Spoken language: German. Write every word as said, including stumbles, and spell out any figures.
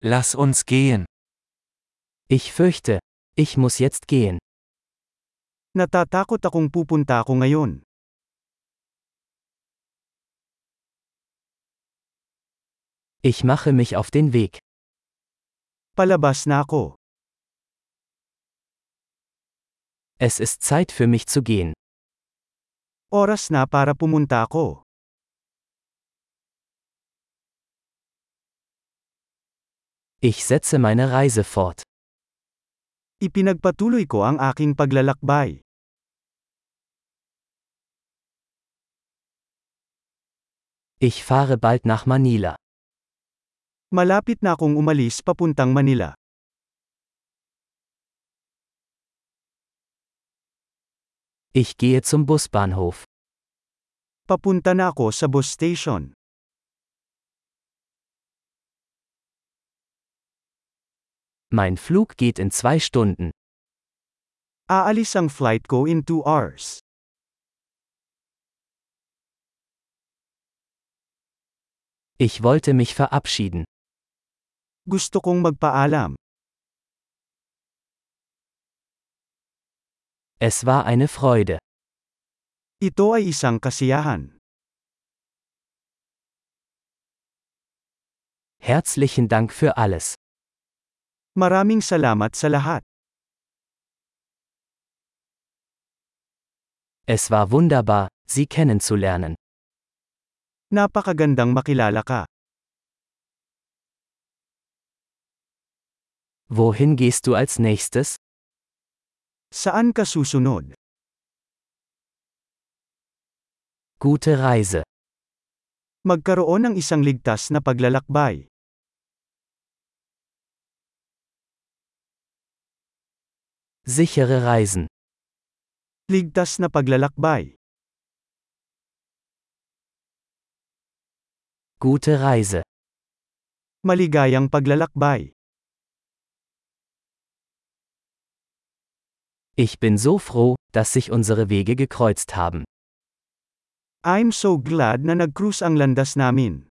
Lass uns gehen. Ich fürchte, ich muss jetzt gehen. Natatakot akong pupunta ako ngayon. Ich mache mich auf den Weg. Palabas na ako. Es ist Zeit für mich zu gehen. Oras na para pumunta ako. Ich setze meine Reise fort. Ipinagpatuloy ko ang aking paglalakbay. Ich fahre bald nach Manila. Malapit na akong umalis papuntang Manila. Ich gehe zum Busbahnhof. Papunta na ako sa bus station. Mein Flug geht in zwei Stunden. Aalis ang flight ko in two hours. Ich wollte mich verabschieden. Gusto kong magpaalam. Es war eine Freude. Ito ay isang kasiyahan. Herzlichen Dank für alles. Maraming salamat sa lahat. Es war wunderbar, Sie kennenzulernen. Napakagandang makilala ka. Wohin gehst du als nächstes? Saan ka susunod? Gute Reise. Magkaroon ng isang ligtas na paglalakbay. Sichere Reisen. Ligtas na paglalakbay. Gute Reise. Maligayang paglalakbay. Ich bin so froh, dass sich unsere Wege gekreuzt haben. I'm so glad na nag-cruise ang landas namin.